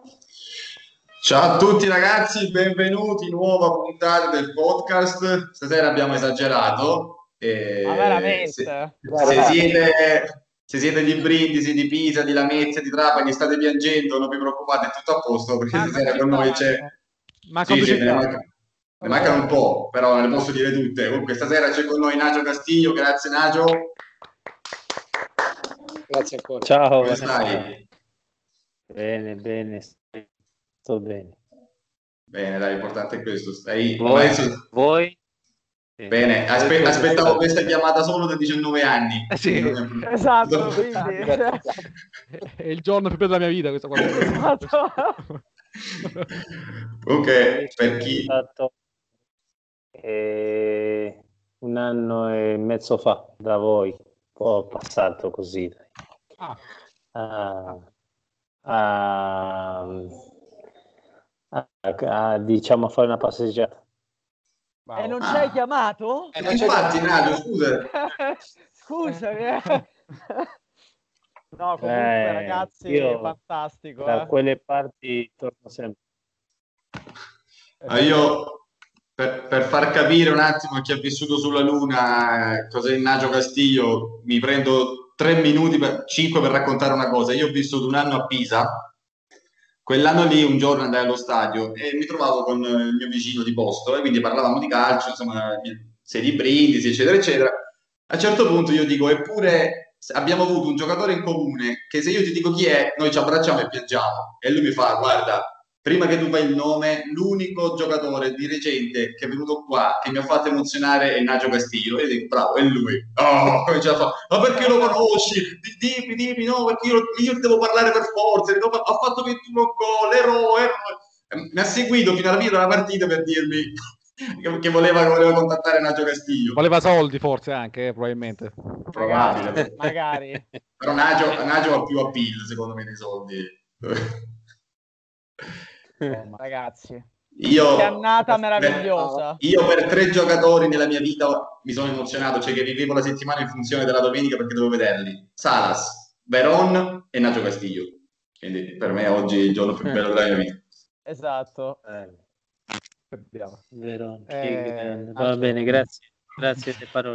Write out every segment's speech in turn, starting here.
Ciao a tutti ragazzi, benvenuti, nuova puntata del podcast. Stasera abbiamo esagerato. Ma veramente? Se siete di Brindisi, di Pisa, di Lamezia, di Trapani, state piangendo, non vi preoccupate, è tutto a posto perché Manca stasera due con città, noi c'è... mancano. Mancano Sì, due sì, città. ne mancano un po', però non le posso dire tutte. Comunque stasera c'è con noi Nacio Castiglio, grazie Nacio. Grazie ancora. Ciao, Come buonasera. stai? Bene, sto bene. Bene, dai, l'importante è questo. Stai... Voi? Voi? Sì. Bene, aspettavo questa chiamata solo da 19 anni. Sì, esatto, quindi è il giorno più bello della mia vita questo qua. Esatto. Ok, per chi... Stato, un anno e mezzo fa da voi, ho passato così. Diciamo a fare una passeggiata. E non ci hai chiamato? Infatti, Nadio, scusa. Scusami. No, comunque ragazzi, io fantastico. Da quelle parti torno sempre. Io, per far capire un attimo a chi ha vissuto sulla Luna cos'è il Nacio Castiglio, mi prendo 5 per raccontare una cosa. Io ho vissuto un anno a Pisa. Quell'anno lì un giorno andai allo stadio e mi trovavo con il mio vicino di posto e quindi parlavamo di calcio, insomma, sei di Brindisi, eccetera, eccetera. A un certo punto io dico, eppure abbiamo avuto un giocatore in comune che se io ti dico chi è, noi ci abbracciamo e piangiamo. E lui mi fa, guarda, prima che tu fai il nome, l'unico giocatore di recente che è venuto qua, che mi ha fatto emozionare è Nacio Castiglio. E io dico, bravo, è lui. Oh, comincia a fare, ma perché lo conosci? Dimmi, no, perché io ti devo parlare per forza. Dico, ha fatto 21 gol, eroe. Mi ha seguito fino alla fine della partita per dirmi che voleva contattare Nacio Castiglio. Voleva soldi forse anche, probabilmente. Probabile. Magari. Però Nacio ha più appeal, secondo me, dei soldi. Ragazzi. Io, Che annata meravigliosa. Io per 3 giocatori nella mia vita mi sono emozionato, cioè che vivevo la settimana in funzione della domenica perché dovevo vederli. Salas, Veron e Nacio Castiglio. Quindi per me oggi è il giorno più bello della mia vita. Esatto. Veron, che grande. Va bene, grazie delle parole.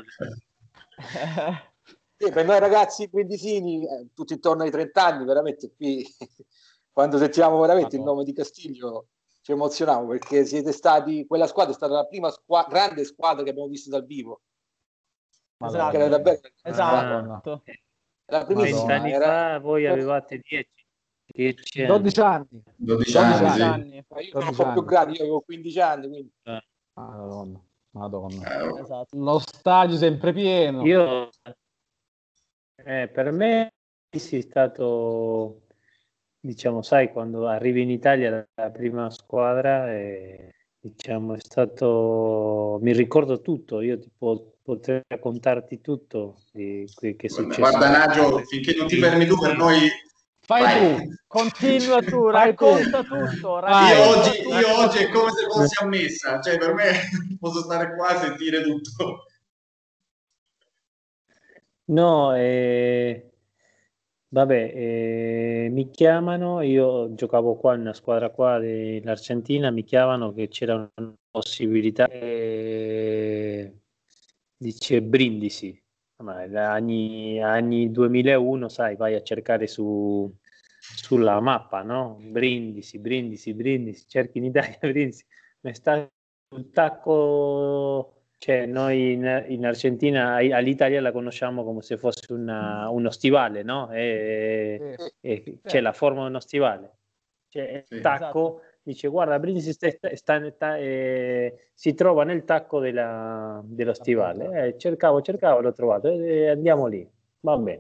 Sì, per noi ragazzi brindisini, tutti intorno ai 30 anni, veramente qui, quando sentiamo veramente il nome di Castiglio, ci emozioniamo perché siete stati, quella squadra è stata la prima grande squadra che abbiamo visto dal vivo. Esatto. Era davvero Esatto. La primissima. 20 anni fa voi avevate 10 anni. 12 anni. 12 anni. Sì. Io sono un po' più grande, io avevo 15 anni. Quindi. Madonna. Esatto. Lo stadio sempre pieno. Io, per me è stato, diciamo, sai, quando arrivi in Italia la prima squadra, diciamo, è stato, mi ricordo tutto, io potrei raccontarti tutto di che è successo. Guarda Nacio, finché non ti fermi tu per noi... Fai tu, continua tu, racconta tutto. Io oggi è come se fossi a messa, cioè per me posso stare qua a sentire tutto. No, vabbè, mi chiamano, io giocavo qua in una squadra qua dell'Argentina, mi chiamano che c'era una possibilità, dice Brindisi, ma anni 2001, sai, vai a cercare sulla mappa, no? Brindisi, cerchi in Italia Brindisi, ma sta sul tacco. Cioè, noi in Argentina all'Italia la conosciamo come se fosse uno stivale, no? C'è la forma di uno stivale. Cioè, il tacco, dice, guarda, Brindisi si trova nel tacco dello stivale. Cercavo, l'ho trovato e andiamo lì. Va bene.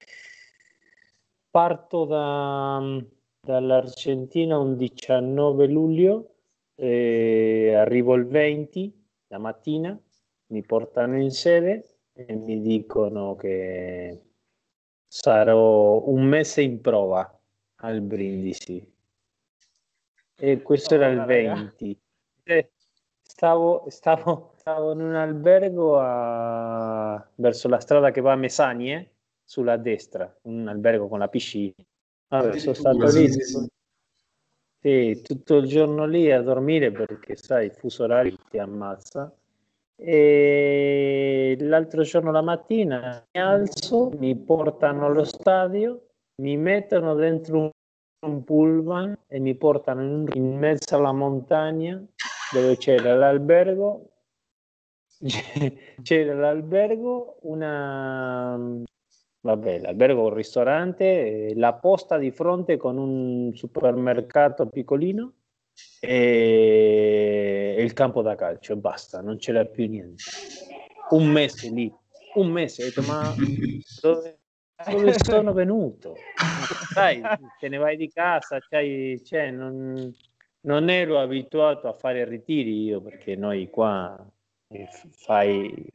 Parto dall'Argentina un 19 luglio, arrivo il 20 la mattina, mi portano in sede e mi dicono che sarò un mese in prova al Brindisi. E questo era il 20. Stavo in un albergo verso la strada che va a Mesanie, sulla destra, un albergo con la piscina. Vabbè, sono stato lì. Sì, tutto il giorno lì a dormire perché sai, il fuso orario ti ammazza. E l'altro giorno la mattina mi alzo, mi portano allo stadio, mi mettono dentro un pullman e mi portano in mezzo alla montagna dove c'era l'albergo. C'era l'albergo, l'albergo, un ristorante, la posta di fronte con un supermercato piccolino e il campo da calcio e basta, non c'era più niente. Un mese lì, un mese, ho detto, ma dove sono venuto? Sai, te ne vai di casa, non ero abituato a fare ritiri io, perché noi qua fai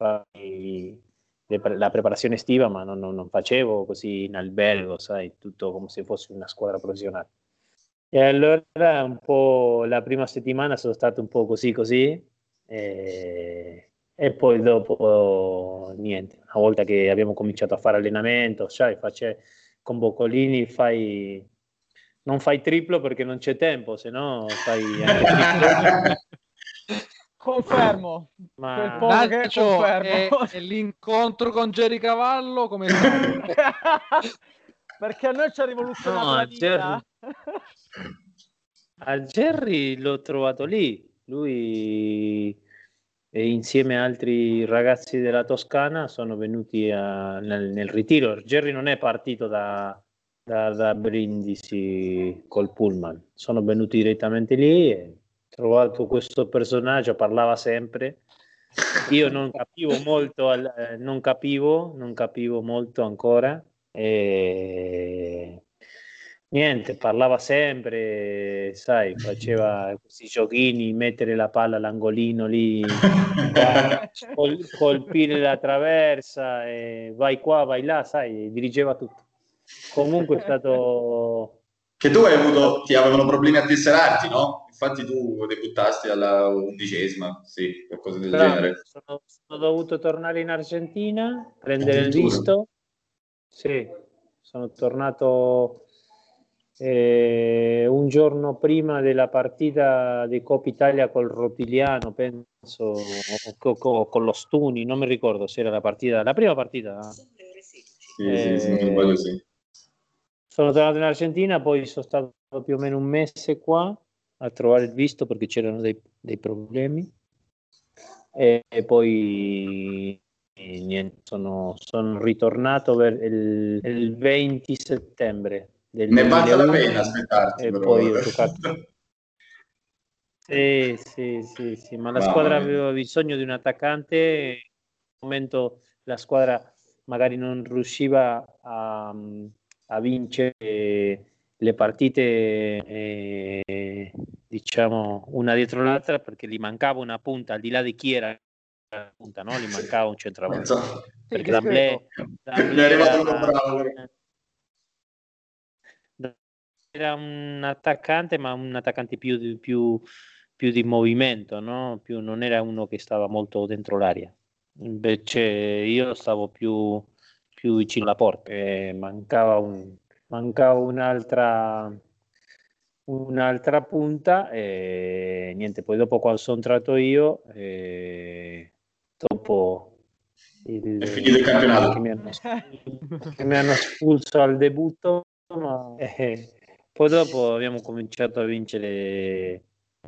la preparazione estiva, ma non facevo così in albergo, sai, tutto come se fosse una squadra professionale. E allora un po' la prima settimana sono stato un po' così e poi dopo niente, una volta che abbiamo cominciato a fare allenamento, sai, con Boccolini non fai triplo perché non c'è tempo, se no fai anche triplo. Confermo. Ma confermo. E l'incontro con Jerry Cavallo come è stato? Perché a noi ci ha rivoluzionato la vita. A Jerry l'ho trovato lì, lui e insieme a altri ragazzi della Toscana sono venuti nel ritiro. Jerry non è partito da Brindisi col pullman, sono venuti direttamente lì e ho trovato questo personaggio, parlava sempre. Io non capivo molto, non capivo molto ancora. E niente, parlava sempre, sai, faceva questi giochini, mettere la palla all'angolino lì, colpire la traversa, vai qua, vai là, sai, dirigeva tutto. Comunque è stato... Che tu ti avevano problemi a tesserarti, no? Infatti tu debuttasti alla 11ª, sì, qualcosa del genere. Sono dovuto tornare in Argentina, prendere il visto. Sì, sono tornato un giorno prima della partita di Coppa Italia col Rotigliano, penso, con lo Stuni, non mi ricordo se era la prima partita. Sì, non voglio, sì. Sono tornato in Argentina, poi sono stato più o meno un mese qua a trovare il visto perché c'erano dei problemi e poi niente, sono ritornato il 20 settembre del ne 2001, vale la pena aspettarti e però. poi ho giocato. Sì, ma la squadra aveva bisogno di un attaccante. In quel momento la squadra magari non riusciva a vincere le partite, diciamo, una dietro l'altra, perché gli mancava una punta, al di là di chi era la punta, no? Gli mancava un centravanti. Perché Lamblé era un attaccante, ma un attaccante più di movimento, no? Non era uno che stava molto dentro l'area. Invece io stavo più vicino alla porta e mancava un'altra punta e niente. Poi dopo, quando sono entrato io, dopo è finito il campionato che mi hanno espulso al debutto, ma poi dopo abbiamo cominciato a vincere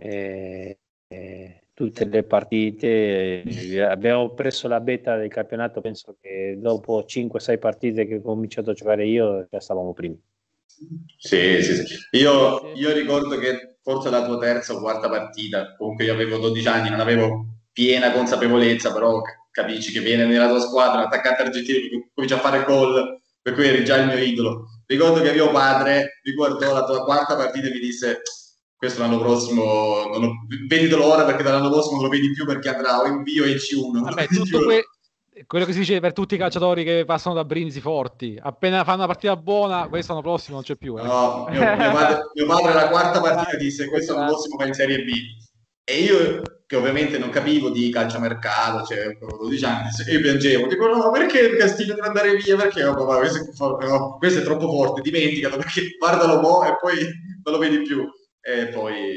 tutte le partite, abbiamo preso la beta del campionato. Penso che dopo 5-6 partite che ho cominciato a giocare io già stavamo primi. Sì. Io ricordo che forse la tua terza o quarta partita, comunque io avevo 12 anni, non avevo piena consapevolezza, però capisci che viene nella tua squadra un attaccante argentino che comincia a fare gol, per cui eri già il mio idolo. Ricordo che mio padre mi guardò la tua quarta partita e mi disse: questo l'anno prossimo veditelo ora, perché dall'anno prossimo non lo vedi più, perché andrà o in B o in C1. Vabbè, quello che si dice per tutti i calciatori che passano da Brindisi forti, appena fanno una partita buona, quest'anno prossimo non c'è più. No, mio padre la quarta partita disse: questo l'anno prossimo va in Serie B. E io, che ovviamente non capivo di calciomercato, cioè avevo 12 anni, io piangevo, dico: no, perché il Castiglio deve andare via? Perché no, papà, questo è troppo forte, dimenticalo, perché guardalo mo' e poi non lo vedi più. e poi...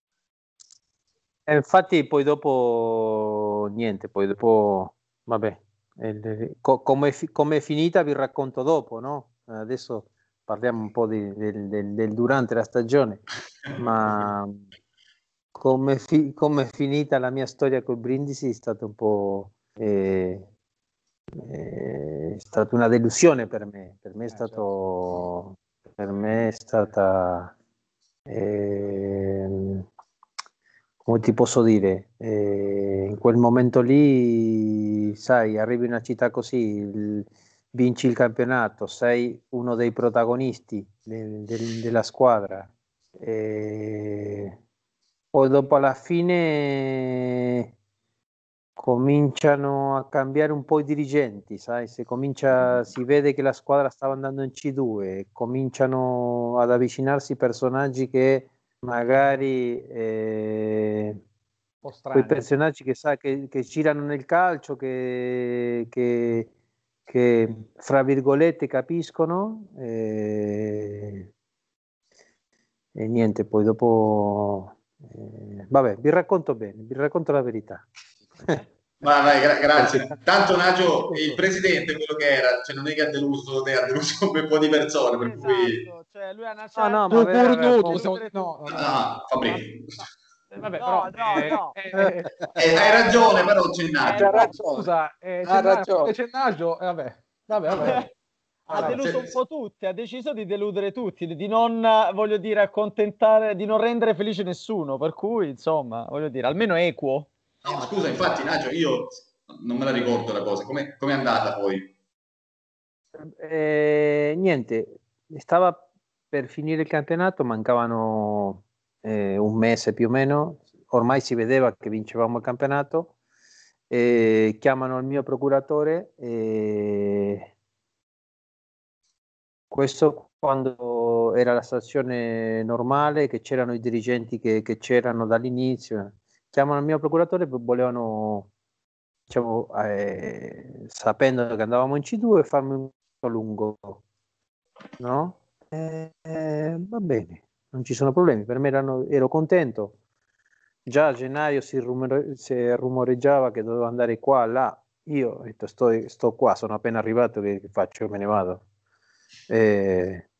Infatti poi dopo niente, poi dopo vabbè, come è finita vi racconto dopo, no? Adesso parliamo un po' del durante la stagione, ma come è finita la mia storia con Brindisi è stato un po' è stata una delusione per me. Per me è stato, per me è stata come ti posso dire, in quel momento lì, sai, arrivi in una città così, vinci il campionato, sei uno dei protagonisti della squadra, poi dopo alla fine cominciano a cambiare un po' i dirigenti, sai, si vede che la squadra stava andando in C2, cominciano ad avvicinarsi personaggi che magari quei personaggi che sa che girano nel calcio, che fra virgolette capiscono e niente, poi dopo vabbè, vi racconto bene, vi racconto la verità. Vai, grazie. Tanto Nacio, il presidente, quello che era, cioè non è che ha deluso te, ha deluso un bel po' di persone, per cui... Cioè, lui ha una No, certa... ma va bene. Vabbè, però, no. Hai ragione, però c'è Nacio. Scusa, c'è Nacio, vabbè. Ha deluso un po' tutti, ha deciso di deludere tutti, di non, voglio dire, accontentare, di non rendere felice nessuno, per cui, insomma, voglio dire, almeno equo. No, scusa, infatti, Nacio, io non me la ricordo la cosa, com'è andata poi? Niente, stava per finire il campionato, mancavano un mese più o meno, ormai si vedeva che vincevamo il campionato, chiamano il mio procuratore e questo quando era la stazione normale, che c'erano i dirigenti che c'erano dall'inizio, chiamano il mio procuratore e volevano, diciamo, sapendo che andavamo in C2, farmi un lungo, no? Va bene, non ci sono problemi, per me ero contento. Già a gennaio si rumoreggiava che dovevo andare qua, là. Io ho detto sto qua, sono appena arrivato, che faccio? Me ne vado. E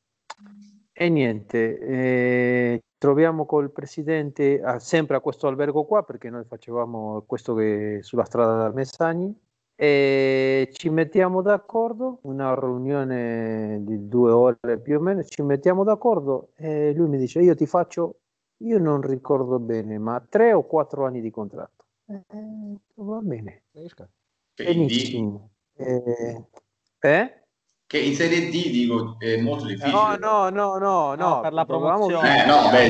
niente, troviamo col presidente sempre a questo albergo qua, perché noi facevamo questo che sulla strada da Messagni, e ci mettiamo d'accordo, una riunione di 2 ore più o meno, ci mettiamo d'accordo e lui mi dice io ti faccio, io non ricordo bene, ma 3 o 4 anni di contratto. Va bene, benissimo. Che in Serie D, dico, è molto difficile. No, per la promozione.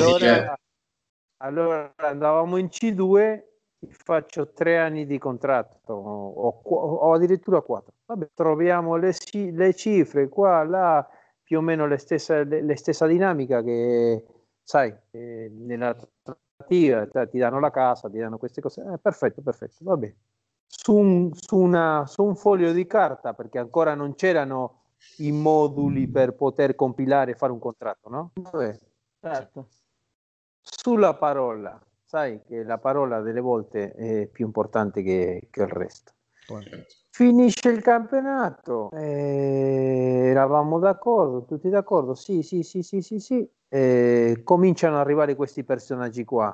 Allora andavamo in C2, faccio 3 anni di contratto o addirittura 4. Vabbè, troviamo le cifre qua, là, più o meno la stessa dinamica che, sai, nella trattativa ti danno la casa, ti danno queste cose. Perfetto, va bene. Su un foglio di carta, perché ancora non c'erano i moduli per poter compilare e fare un contratto, no? Vabbè. Certo. Sulla parola, sai che la parola delle volte è più importante che il resto. Finisce il campionato, eravamo d'accordo, tutti d'accordo, sì. Cominciano ad arrivare questi personaggi qua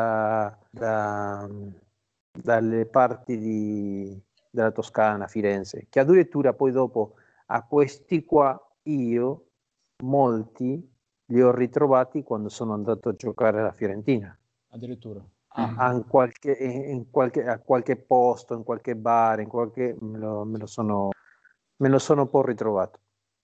dalle parti della Toscana, Firenze, che addirittura poi dopo a questi qua io, molti, li ho ritrovati quando sono andato a giocare alla Fiorentina. Addirittura. A qualche posto, in qualche bar, me lo sono un po' ritrovato.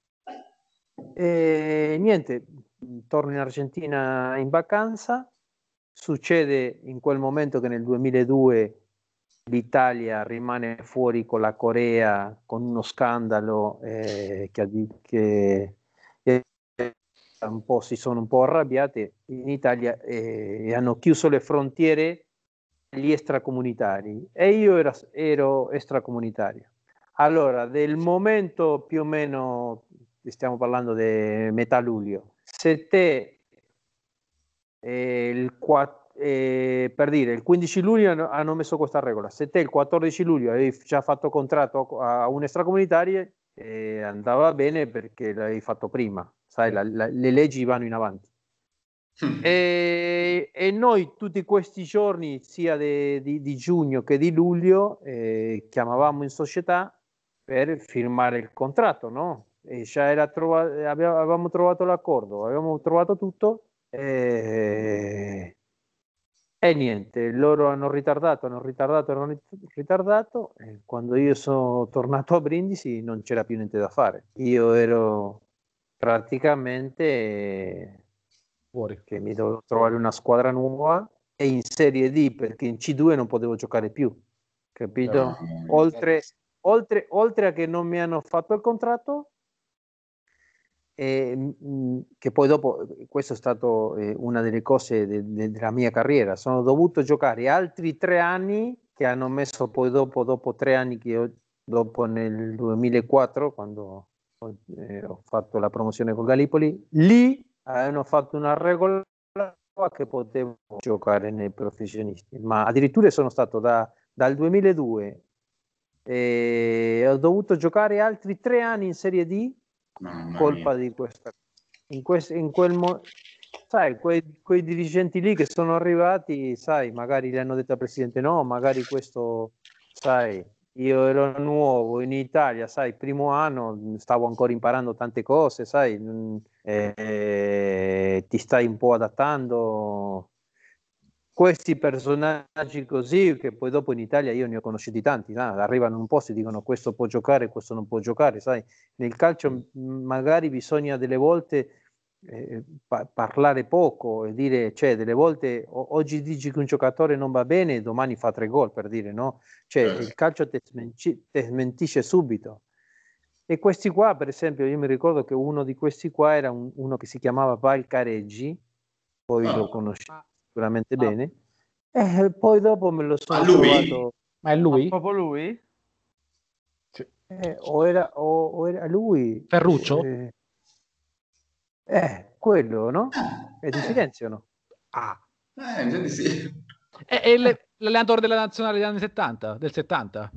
E niente, torno in Argentina in vacanza. Succede in quel momento che nel 2002 l'Italia rimane fuori con la Corea con uno scandalo che un po' si sono un po' arrabbiati in Italia e hanno chiuso le frontiere agli extracomunitari e io ero extracomunitario. Allora, del momento più o meno, stiamo parlando di metà luglio, se te per dire, il 15 luglio hanno messo questa regola: se te il 14 luglio avevi già fatto contratto a un extracomunitario, andava bene perché l'avevi fatto prima, sai, le leggi vanno in avanti. E noi tutti questi giorni, sia di giugno che di luglio, chiamavamo in società per firmare il contratto, no? E già avevamo trovato l'accordo, avevamo trovato tutto, e niente, loro hanno ritardato, e quando io sono tornato a Brindisi non c'era più niente da fare. Io ero praticamente fuori, che mi dovevo trovare una squadra nuova, e in Serie D, perché in C2 non potevo giocare più, capito? Oltre a che non mi hanno fatto il contratto, che poi dopo, questo è stato una delle cose della mia carriera, sono dovuto giocare altri 3 anni che hanno messo poi dopo 3 anni che dopo nel 2004, quando ho fatto la promozione con Gallipoli, lì hanno fatto una regola che potevo giocare nei professionisti, ma addirittura sono stato dal 2002 e ho dovuto giocare altri 3 anni in Serie D, colpa di questa, sai, quei dirigenti lì che sono arrivati, sai, magari gli hanno detto al presidente no, magari questo, sai, io ero nuovo in Italia, sai, primo anno, stavo ancora imparando tante cose, sai, ti stai un po' adattando. Questi personaggi così, che poi dopo in Italia io ne ho conosciuti tanti, arrivano in un posto e dicono questo può giocare, questo non può giocare, sai, nel calcio magari bisogna delle volte parlare poco e dire, cioè delle volte oggi dici che un giocatore non va bene, domani fa 3 gol, per dire, no? Cioè il calcio te smentisce subito. E questi qua, per esempio, io mi ricordo che uno di questi qua era uno che si chiamava Valcareggi, poi lo conosci sicuramente bene, e poi dopo me lo sono trovato. Ma è lui? Proprio lui? O era lui. Ferruccio? Quello, no? È di Firenze o no? Sì. È l'allenatore della nazionale degli anni 70, del 70.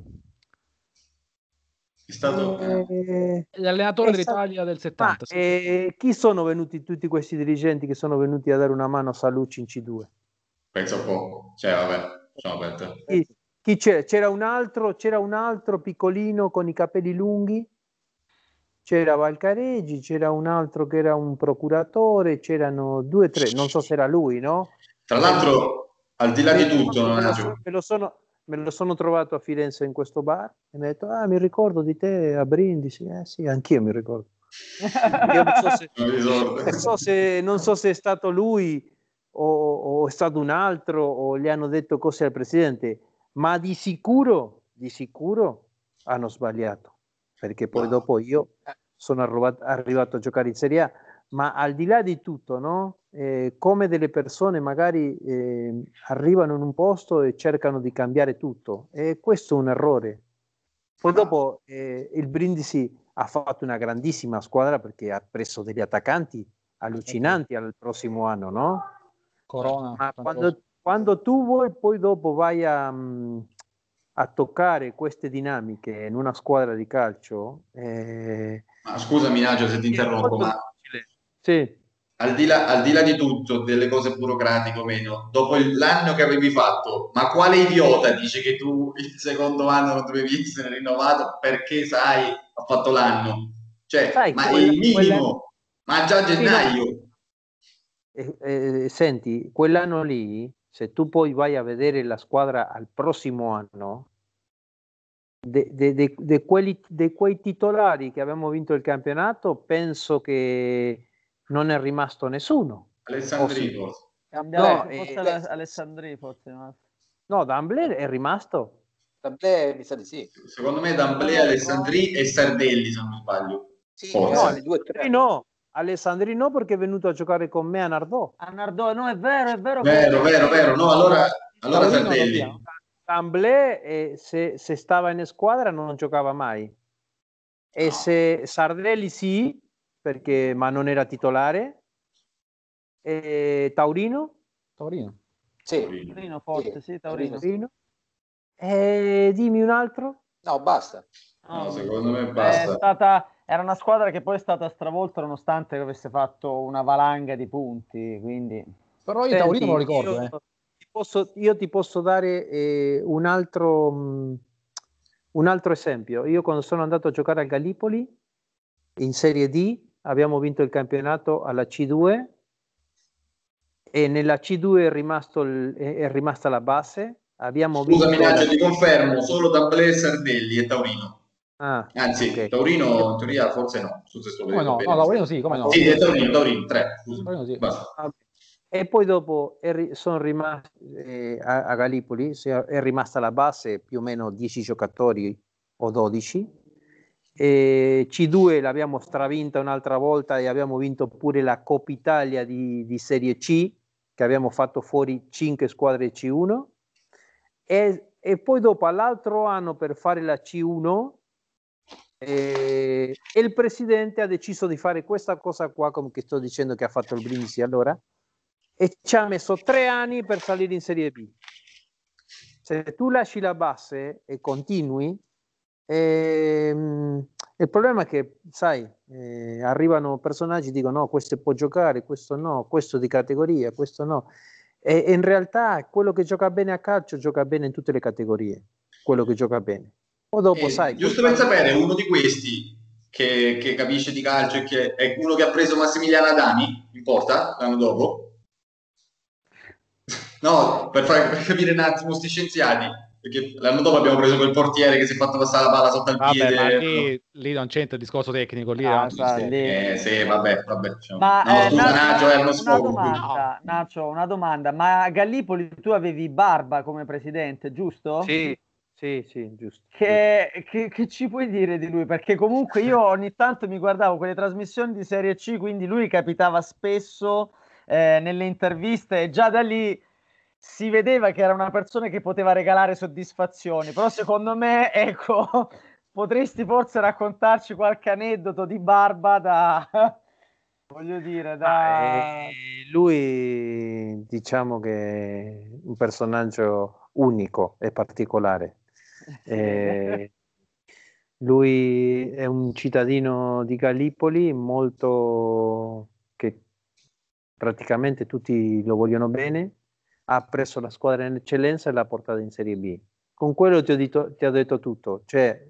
È stato l'allenatore dell'Italia del 70. Chi sono venuti tutti questi dirigenti che sono venuti a dare una mano a Salucci in C2? Penso un po', cioè vabbè, sono aperto. Chi c'era? C'era un altro piccolino con i capelli lunghi, c'era Valcareggi, c'era un altro che era un procuratore, c'erano 2 o 3, non so se era lui, no? Tra l'altro, al di là di tutto, me lo sono trovato a Firenze in questo bar e mi ha detto, mi ricordo di te a Brindisi. Sì, anch'io mi ricordo. Io non so se è stato lui o è stato un altro, o gli hanno detto cose al presidente, ma di sicuro hanno sbagliato, perché poi dopo io sono arrivato a giocare in Serie A, ma al di là di tutto, no? Come delle persone magari arrivano in un posto e cercano di cambiare tutto, e questo è un errore. Poi dopo il Brindisi ha fatto una grandissima squadra perché ha preso degli attaccanti allucinanti al prossimo anno, no? Corona. Ma quando tu vuoi poi dopo vai a toccare queste dinamiche in una squadra di calcio, ma scusami Nacio se ti interrompo, ma sì. Al di là di tutto, delle cose burocratiche o meno, dopo l'anno che avevi fatto, ma quale idiota dice che tu il secondo anno non dovevi essere rinnovato perché sai, ha fatto l'anno? Cioè, Sai, ma è il minimo, ma già a gennaio. Senti, quell'anno lì, se tu poi vai a vedere la squadra al prossimo anno, di quei titolari che abbiamo vinto il campionato, penso che non è rimasto nessuno. Alessandri forse. Alessandri forse. No, D'Amblè è rimasto. D'Amblè mi sa di sì. Secondo me D'Amblè, Alessandri e Sardelli, se non mi sbaglio. Sì, forse. No, 2-3. No, Alessandri no, perché è venuto a giocare con me a Nardò. A Nardò, no, è vero. Vero, no, allora Sardelli. D'Amblè, se stava in squadra non giocava mai. E se Sardelli sì, ma non era titolare, Taurino? Sì. Taurino forte, sì, Taurino. Dimmi un altro? No, basta. No, secondo me basta. Era una squadra che poi è stata stravolta nonostante avesse fatto una valanga di punti, quindi... Però io Taurino me lo ricordo. Io ti posso dare un altro esempio. Io quando sono andato a giocare al Gallipoli, in Serie D, abbiamo vinto il campionato alla C2 e nella C2 è rimasta la base. Scusami Nacio, ti confermo, solo D'Amblè, Sardelli e Taurino. Anzi, okay. Taurino in teoria forse no. Come no? No, Taurino sì, come no? Sì, è Taurino, 3. Taurino sì. E poi dopo sono rimasti a Gallipoli, è rimasta la base più o meno 10 giocatori o 12. E C2 l'abbiamo stravinta un'altra volta e abbiamo vinto pure la Coppa Italia di Serie C, che abbiamo fatto fuori 5 squadre C1. E poi dopo all'altro anno per fare la C1 il presidente ha deciso di fare questa cosa qua, come che sto dicendo che ha fatto il Brindisi allora, e ci ha messo 3 anni per salire in Serie B. Se tu lasci la base e continui, il problema è che, sai, arrivano personaggi e dicono no, questo può giocare, questo no, questo di categoria, questo no. E in realtà quello che gioca bene a calcio gioca bene in tutte le categorie, quello che gioca bene. O dopo, sai, giusto per sapere, uno di questi che capisce di calcio e che è uno che ha preso Massimiliano Adami in porta l'anno dopo? No, per capire un attimo sti scienziati, perché l'anno dopo abbiamo preso quel portiere che si è fatto passare la palla sotto al piede. Ma lì non c'entra il discorso tecnico, lì sì, vabbè. Ma no, scusa, Nacio, era uno sfogo. Nacio, una domanda, ma a Gallipoli tu avevi Barba come presidente, giusto? Sì, giusto. Che ci puoi dire di lui? Perché comunque io ogni tanto mi guardavo quelle trasmissioni di Serie C, quindi lui capitava spesso nelle interviste e già da lì si vedeva che era una persona che poteva regalare soddisfazioni, però secondo me, ecco, potresti forse raccontarci qualche aneddoto di Barba voglio dire, lui diciamo che è un personaggio unico e particolare. Lui è un cittadino di Gallipoli molto che praticamente tutti lo vogliono bene, ha preso la squadra in eccellenza e l'ha portata in Serie B. Con quello ti ho detto tutto, cioè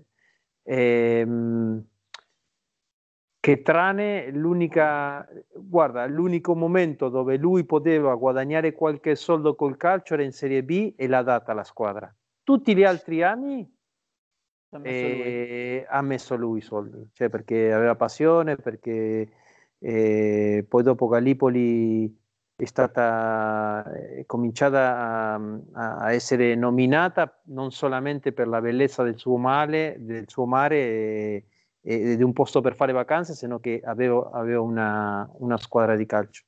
che tranne l'unico momento dove lui poteva guadagnare qualche soldo col calcio era in Serie B e l'ha data la squadra. Tutti gli altri anni ha messo lui i soldi, cioè perché aveva passione, perché poi dopo Gallipoli è stata cominciata a essere nominata non solamente per la bellezza del suo mare e di un posto per fare vacanze, sino che aveva una squadra di calcio.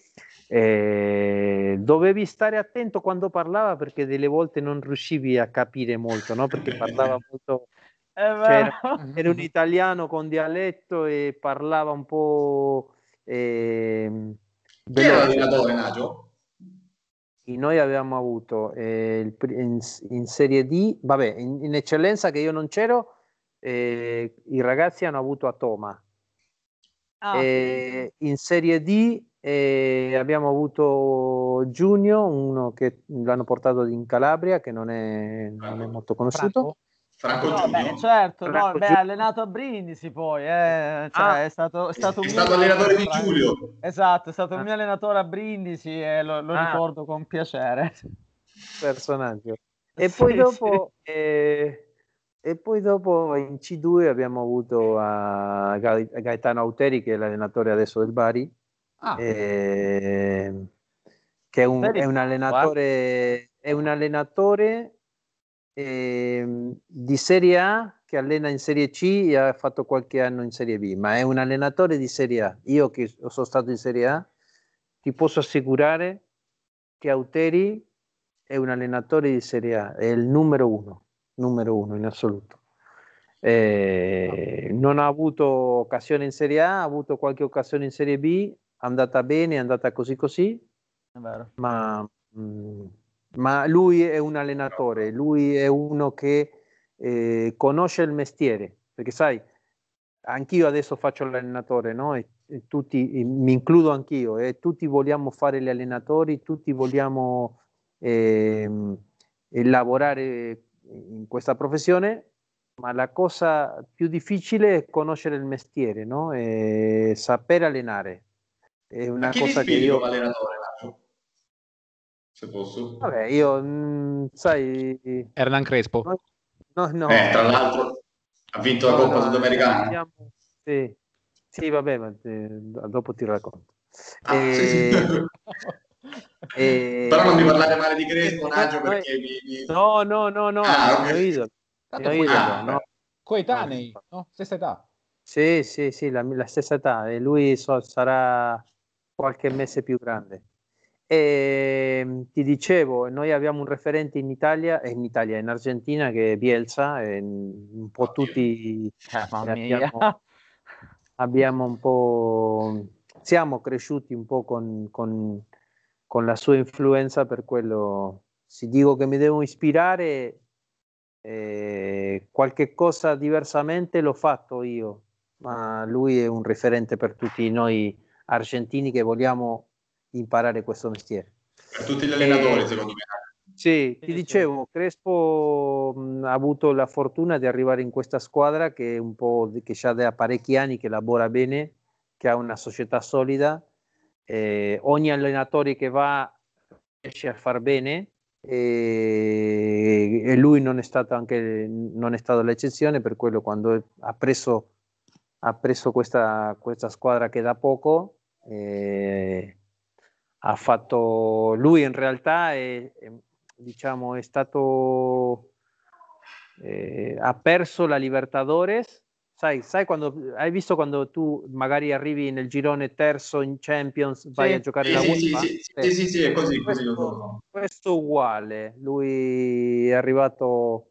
Dovevi stare attento quando parlava perché delle volte non riuscivi a capire molto, no? Perché parlava molto, cioè, era un italiano con dialetto e parlava un po' chi era l'allenatore, Nacio? Noi avevamo avuto in Serie D, vabbè, in eccellenza che io non c'ero, i ragazzi hanno avuto a Toma. In Serie D abbiamo avuto Giugno, uno che l'hanno portato in Calabria, che non è molto conosciuto. Franco Giugno? Certo, ha allenato a Brindisi poi, è stato allenatore di Giulio. Esatto, è stato il mio allenatore a Brindisi e lo ricordo con piacere. Personaggio. E poi dopo in C2 abbiamo avuto a Gaetano Auteri, che è l'allenatore adesso del Bari, che è un allenatore di Serie A che allena in Serie C e ha fatto qualche anno in Serie B, ma è un allenatore di Serie A. Io che sono stato in Serie A ti posso assicurare che Auteri è un allenatore di Serie A, è il numero uno in assoluto. Non ha avuto occasione in Serie A, ha avuto qualche occasione in Serie B, andata bene, è andata così così, ma lui è un allenatore, lui è uno che conosce il mestiere, perché sai, anch'io adesso faccio l'allenatore, no? E tutti, mi includo anch'io, e tutti vogliamo fare gli allenatori, tutti vogliamo lavorare in questa professione, ma la cosa più difficile è conoscere il mestiere, no? E saper allenare. È A una chi ti cosa che ispiri io... come allenatore, Nacho? Se posso. Vabbè, io, sai... Hernan Crespo. No, Tra l'altro ha vinto la Coppa Sudamericana. Sì. Sì, vabbè, ma dopo ti racconto. Sì. Però non mi parlare male di Crespo, Nacho, perché No, okay. mio idolo. No? Coetanei, no? Stessa età. Sì, la stessa età, e lui sarà qualche mese più grande. E ti dicevo, noi abbiamo un referente in Italia, in Argentina, che è Bielsa, e un po' tutti abbiamo un po', siamo cresciuti un po' con la sua influenza, per quello se dico che mi devo ispirare, qualche cosa diversamente l'ho fatto io, ma lui è un referente per tutti noi argentini che vogliamo imparare questo mestiere. Per tutti gli allenatori, secondo me. Sì, ti dicevo, Crespo ha avuto la fortuna di arrivare in questa squadra che è un po' che già da parecchi anni che lavora bene, che ha una società solida. Ogni allenatore che va riesce a far bene, e lui non è stato l'eccezione, per quello quando ha preso questa squadra che da poco, ha fatto, lui in realtà diciamo, è stato, ha perso la Libertadores. Sai quando hai visto quando tu magari arrivi nel girone terzo in Champions, vai a giocare la UEFA? Sì, è così. Questo uguale. Lui è arrivato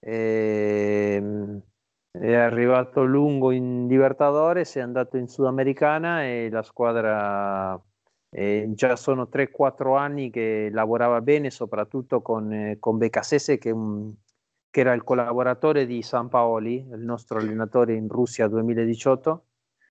lungo in Libertadores, è andato in Sudamericana, e la squadra già sono 3-4 anni che lavorava bene, soprattutto con Becasese, che era il collaboratore di Sampaoli, il nostro allenatore in Russia 2018.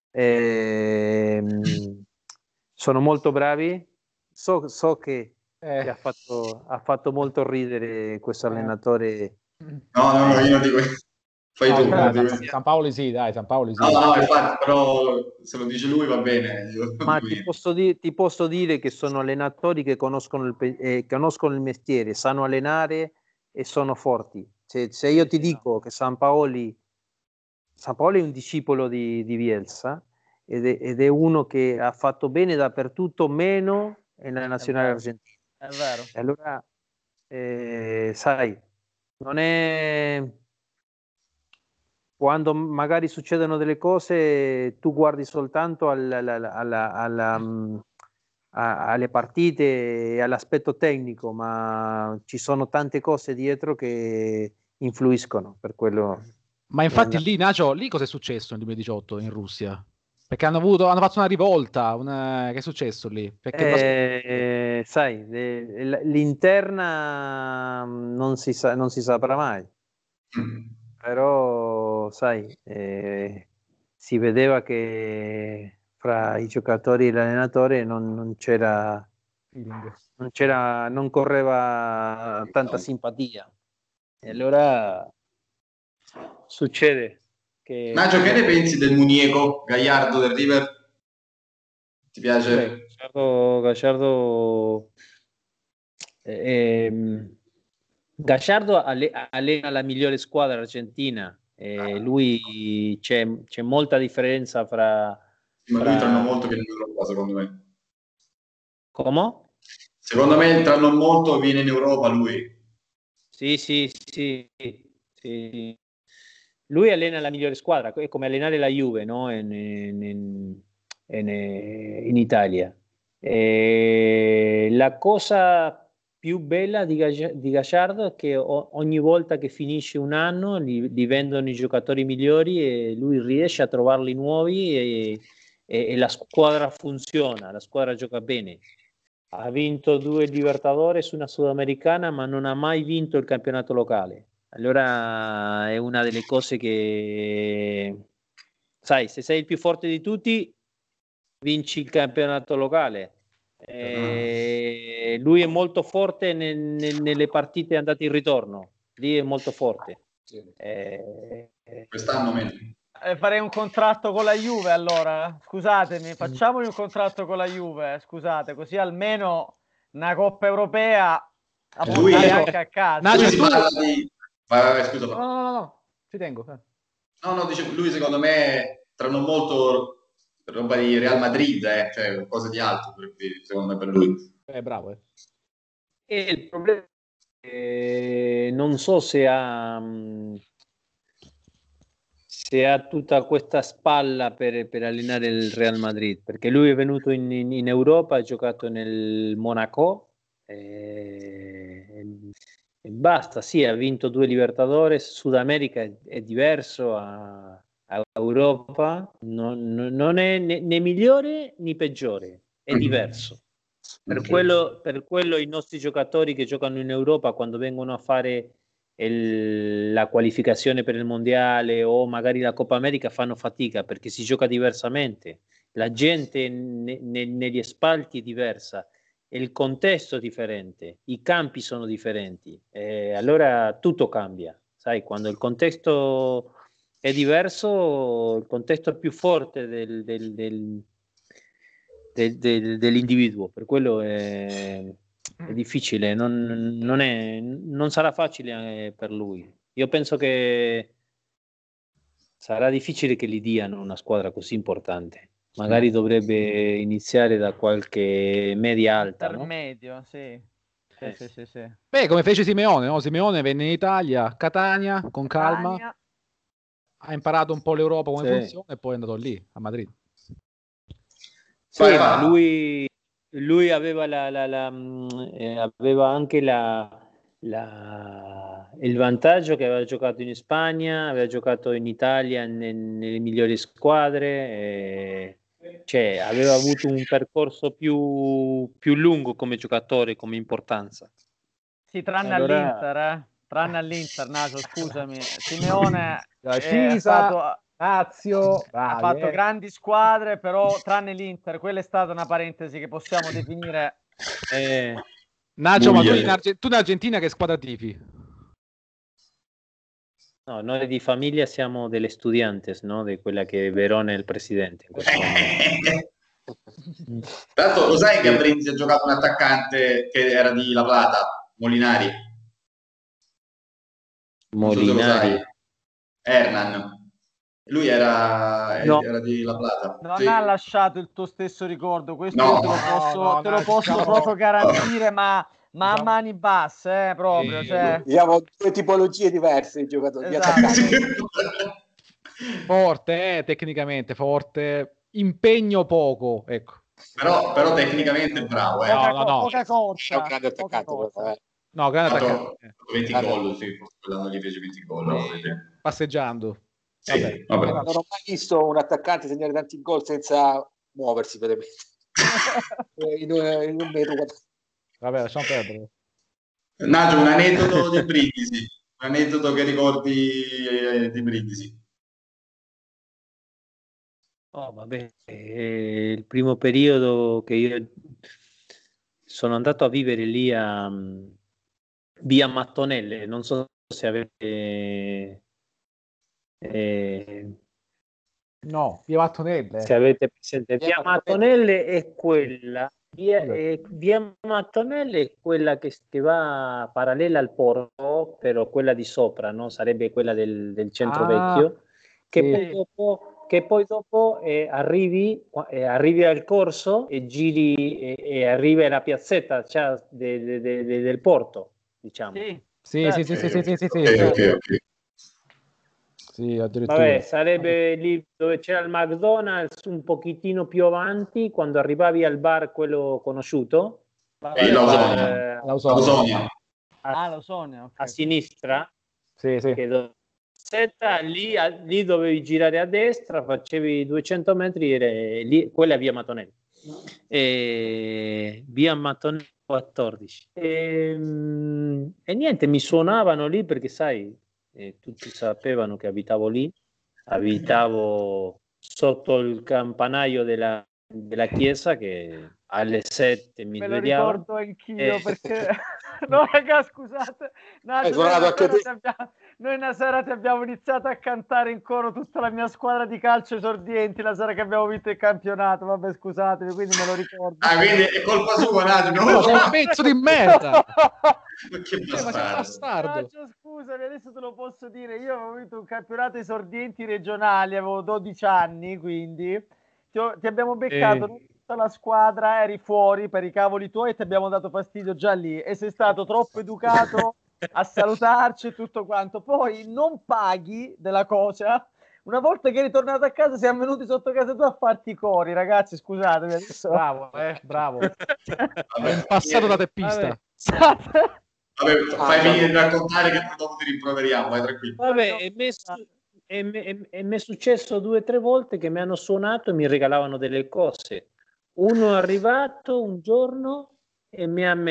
Sono molto bravi. So che ha fatto molto ridere questo allenatore. No, io non dico. Fai tu. San Paolo sì, dai, San Paolo sì. No, infatti, però se lo dice lui va bene. Ma ti posso dire che sono allenatori che conoscono il mestiere, sanno allenare e sono forti. Se io ti dico che Sampaoli è un discepolo di Bielsa, ed è uno che ha fatto bene dappertutto, meno nella nazionale argentina. È vero. E allora, sai, non è... Quando magari succedono delle cose, tu guardi soltanto alle partite e all'aspetto tecnico, ma ci sono tante cose dietro che influiscono, per quello. Ma infatti lì, Nacio, lì cosa è successo nel 2018 in Russia? Perché hanno fatto una rivolta, che è successo lì? Perché sai, l'interna non si saprà mai. Però, sai, si vedeva che fra i giocatori e l'allenatore non correva tanta simpatia. E allora succede che... Nacho, che ne pensi del Munieko, Gallardo del River? Ti piace? Gallardo allena la migliore squadra argentina, lui c'è molta differenza fra... Ma lui tranno molto che in Europa, secondo me. Come? Secondo me tranno molto viene in Europa lui. Sì. Lui allena la migliore squadra, è come allenare la Juve, no? in Italia. La cosa più bella di Gallardo è che ogni volta che finisce un anno li vendono i giocatori migliori, e lui riesce a trovarli nuovi e la squadra funziona, la squadra gioca bene. Ha vinto 2 Libertadores, una Sudamericana, ma non ha mai vinto il campionato locale. Allora è una delle cose che, sai, se sei il più forte di tutti, vinci il campionato locale. Lui è molto forte nelle partite andate in ritorno, lì è molto forte. Quest'anno meno. Farei un contratto con la Juve, allora. Scusatemi, facciamogli un contratto con la Juve, scusate, così almeno una Coppa Europea a portare anche a casa. Lui si parla di... Vai, scusa. No, ci tengo. No, dicevo, lui secondo me tra non molto roba di Real Madrid, cioè qualcosa di alto, secondo me per lui. Bravo. E il problema è non so se ha tutta questa spalla per allenare il Real Madrid, perché lui è venuto in Europa, ha giocato nel Monaco e basta, sì, ha vinto 2 Libertadores. Sud America è diverso a Europa, non è né migliore né peggiore, è diverso. Per quello i nostri giocatori che giocano in Europa, quando vengono a fare la qualificazione per il mondiale o magari la Coppa America, fanno fatica perché si gioca diversamente, la gente negli spalti è diversa, il contesto è differente, i campi sono differenti, allora tutto cambia, sai, quando il contesto è diverso, il contesto è più forte dell'individuo, per quello è difficile, non sarà facile per lui. Io penso che sarà difficile che gli diano una squadra così importante. Magari dovrebbe iniziare da qualche media alta, intermedio, no? Sì. Sì. Beh, come fece Simeone, no? Simeone venne in Italia, a Catania, con calma, ha imparato un po' l'Europa come funziona e poi è andato lì, a Madrid. Sì, ma lui aveva aveva anche il vantaggio che aveva giocato in Spagna, aveva giocato in Italia nelle migliori squadre, cioè aveva avuto un percorso più lungo come giocatore, come importanza. Sì, tranne all'Inter, Naso, scusami. Simeone è stato... Lazio, ha fatto grandi squadre, però tranne l'Inter, quella è stata una parentesi che possiamo definire. Nacio, ma tu in Argentina che squadra tifi? No, noi di famiglia siamo delle Estudiantes, no? Di quella che Verona è il presidente. Tra l'altro, lo sai che a Brindisi ha giocato un attaccante che era di La Plata, Molinari? Non so se lo sai. Hernan. Lui era di La Plata. Non ha lasciato il tuo stesso ricordo, questo te lo posso proprio garantire, ma a mani basse, proprio. Sì. Cioè... Abbiamo 2 tipologie diverse di giocatori. Esatto. Forte, tecnicamente forte, impegno poco, ecco. Però tecnicamente bravo. Poca corsa. È un grande attaccante. No, grande attaccante. 20 gol, sì, quell'anno gli fece 20 gol. Passeggiando. Sì, vabbè. Non ho mai visto un attaccante segnare tanti gol senza muoversi veramente. in un metro. Vabbè, lasciamo perdere. Naggio, un aneddoto di Brindisi, un aneddoto che ricordi di Brindisi. Oh, vabbè, il primo periodo che io sono andato a vivere lì a via Mattonelle, non so se avete no, via Mattonelle. Se avete presente, via Mattonelle è quella via Mattonelle è quella che va parallela al porto, però quella di sopra, no? Sarebbe quella del centro vecchio, che poi dopo arrivi al corso e giri e arrivi alla piazzetta, cioè, del porto, diciamo. Sì. Okay. Sì, addirittura. Vabbè, sarebbe lì dove c'era il McDonald's, un pochettino più avanti, quando arrivavi al bar quello conosciuto. L'Ausonia. L'Ausonia, okay. A sinistra. Sì. Che cassetta, lì dovevi girare a destra, facevi 200 metri, lì, quella è via Matonelli. Via Matonelli 14. E niente, mi suonavano lì perché sai, tutti sapevano che abitavo lì, abitavo sotto il campanaio della chiesa che alle 7 mi svegliavo. Me lo ricordo anch'io perché no raga scusate, noi una sera ti abbiamo iniziato a cantare in coro tutta la mia squadra di calcio esordienti la sera che abbiamo vinto il campionato, vabbè scusatemi, quindi me lo ricordo. Quindi è colpa sua, Nacho. No, sei un pezzo di merda. Che bastardo. Nacho, scusami, adesso te lo posso dire, io avevo vinto un campionato esordienti regionali, avevo 12 anni, quindi ti abbiamo beccato tutta la squadra, eri fuori per i cavoli tuoi e ti abbiamo dato fastidio già lì e sei stato troppo educato a salutarci e tutto quanto, poi non paghi della cosa. Una volta che è ritornato a casa siamo venuti sotto casa tua a farti i cori, ragazzi, scusatemi adesso. Bravo. È in passato da teppista. Vabbè, fai finire di raccontare che dopo ti rimproveriamo, vai tranquillo. Vabbè, mi è successo 2 o 3 volte che mi hanno suonato e mi regalavano delle cose. Uno è arrivato un giorno e mi ha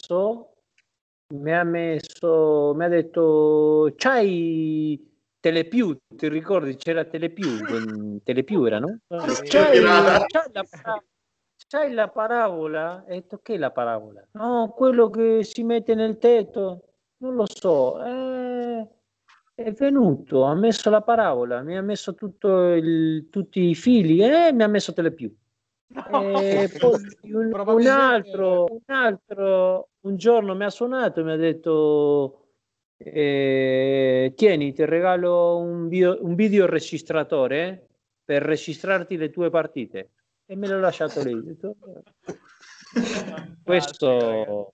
detto c'hai Telepiù, ti ricordi? C'era Telepiù era, no? C'hai la parabola? E detto, che è la parabola? No, quello che si mette nel tetto, non lo so, è venuto, ha messo la parabola, mi ha messo tutti i fili e mi ha messo Telepiù. E poi un altro un giorno mi ha suonato e mi ha detto tieni, ti regalo un videoregistratore per registrarti le tue partite, e me l'ho lasciato lì. Questo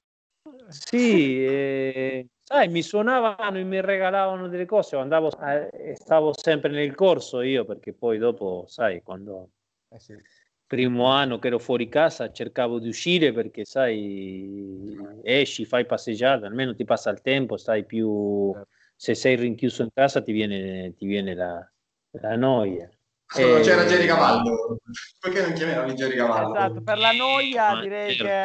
sì, sai, mi suonavano e mi regalavano delle cose, stavo sempre nel corso io, perché poi dopo sai, quando primo anno che ero fuori casa cercavo di uscire, perché sai, esci, fai passeggiate, almeno ti passa il tempo, stai più, se sei rinchiuso in casa ti viene la noia. Non c'era Jerry Cavallo, perché non chiamavano Jerry Cavallo? Esatto, per la noia direi che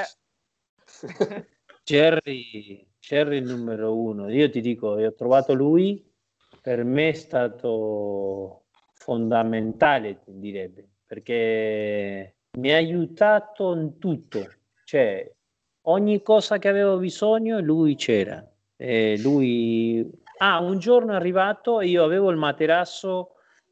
Jerry il numero 1, io ti dico, io ho trovato lui, per me è stato fondamentale, ti direbbe, perché mi ha aiutato in tutto, cioè ogni cosa che avevo bisogno lui c'era. Un giorno è arrivato e io avevo il materasso,